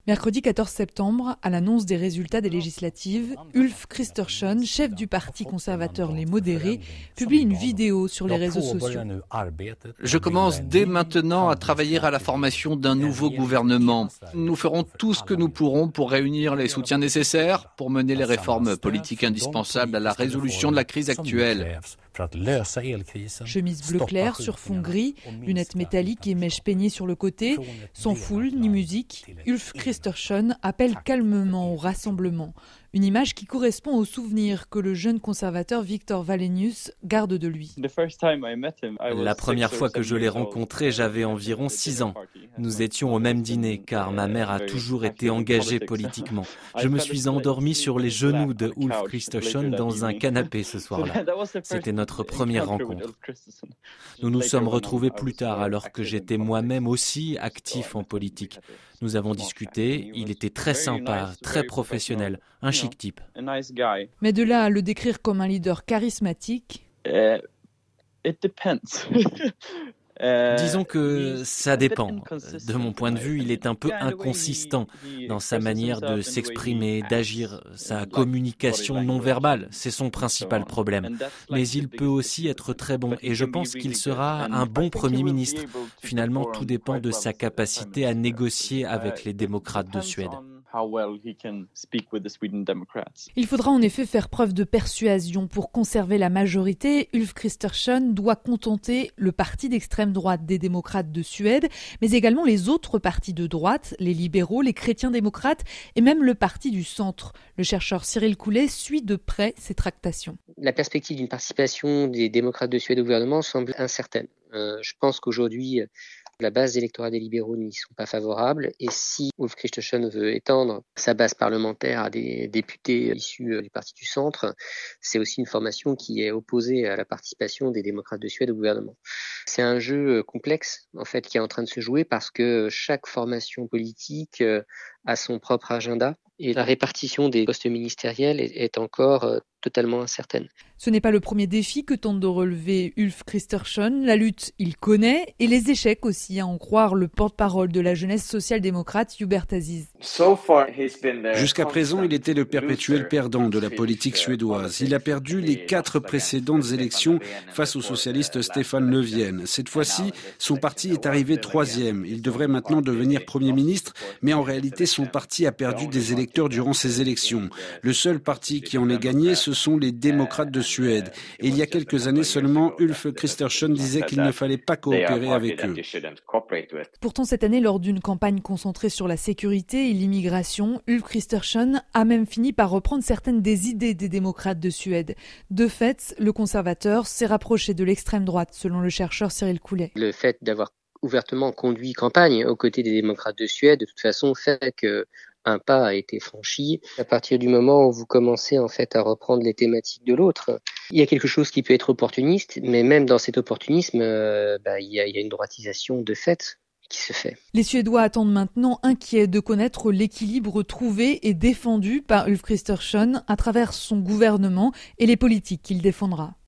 Mercredi 14 septembre, à l'annonce des résultats des législatives, Ulf Kristersson, chef du parti conservateur Les Modérés, publie une vidéo sur les réseaux sociaux. Je commence dès maintenant à travailler à la formation d'un nouveau gouvernement. Nous ferons tout ce que nous pourrons pour réunir les soutiens nécessaires pour mener les réformes politiques indispensables à la résolution de la crise actuelle. Chemise bleu clair sur fond gris, lunettes métalliques et mèches peignées sur le côté, sans foule ni musique, Ulf Kristersson appelle calmement au rassemblement. Une image qui correspond au souvenir que le jeune conservateur Viktor Wallenius garde de lui. La première fois que je l'ai rencontré, j'avais environ 6 ans. Nous étions au même dîner car ma mère a toujours été engagée politiquement. Je me suis endormi sur les genoux de Ulf Kristersson dans un canapé ce soir-là. C'était notre première rencontre. Nous nous sommes retrouvés plus tard alors que j'étais moi-même aussi actif en politique. Nous avons discuté, il était très sympa, très professionnel, un chic type. Mais de là à le décrire comme un leader charismatique... Disons que ça dépend. De mon point de vue, il est un peu inconsistant dans sa manière de s'exprimer, d'agir. Sa communication non verbale, c'est son principal problème. Mais il peut aussi être très bon et je pense qu'il sera un bon Premier ministre. Finalement, tout dépend de sa capacité à négocier avec les démocrates de Suède. Il faudra en effet faire preuve de persuasion pour conserver la majorité. Ulf Kristersson doit contenter le parti d'extrême droite des démocrates de Suède, mais également les autres partis de droite, les libéraux, les chrétiens démocrates et même le parti du centre. Le chercheur Cyril Coulet suit de près ces tractations. La perspective d'une participation des démocrates de Suède au gouvernement semble incertaine. Je pense qu'aujourd'hui, la base électorale des libéraux n'y sont pas favorables et si Ulf Kristersson veut étendre sa base parlementaire à des députés issus du parti du centre, c'est aussi une formation qui est opposée à la participation des démocrates de Suède au gouvernement. C'est un jeu complexe en fait qui est en train de se jouer parce que chaque formation politique a son propre agenda et la répartition des postes ministériels est encore totalement incertaine. Ce n'est pas le premier défi que tente de relever Ulf Kristersson. La lutte, il connaît, et les échecs aussi, à en croire le porte-parole de la jeunesse social-démocrate, Hubert Aziz. Jusqu'à présent, il était le perpétuel perdant de la politique suédoise. Il a perdu les 4 précédentes élections face au socialiste Stefan Löfven. Cette fois-ci, son parti est arrivé 3e. Il devrait maintenant devenir Premier ministre, mais en réalité, son parti a perdu des électeurs durant ces élections. Le seul parti qui en ait gagné, ce sont les démocrates de Suède. Et il y a quelques années seulement, Ulf Kristersson disait qu'il ne fallait pas coopérer avec eux. Pourtant, cette année, lors d'une campagne concentrée sur la sécurité et l'immigration, Ulf Kristersson a même fini par reprendre certaines des idées des démocrates de Suède. De fait, le conservateur s'est rapproché de l'extrême droite, selon le chercheur Cyril Coulet. Le fait d'avoir ouvertement conduit campagne aux côtés des démocrates de Suède, de toute façon, fait que un pas a été franchi. À partir du moment où vous commencez en fait à reprendre les thématiques de l'autre, il y a quelque chose qui peut être opportuniste, mais même dans cet opportunisme, il y a une droitisation de fait qui se fait. Les Suédois attendent maintenant inquiets de connaître l'équilibre trouvé et défendu par Ulf Kristersson à travers son gouvernement et les politiques qu'il défendra.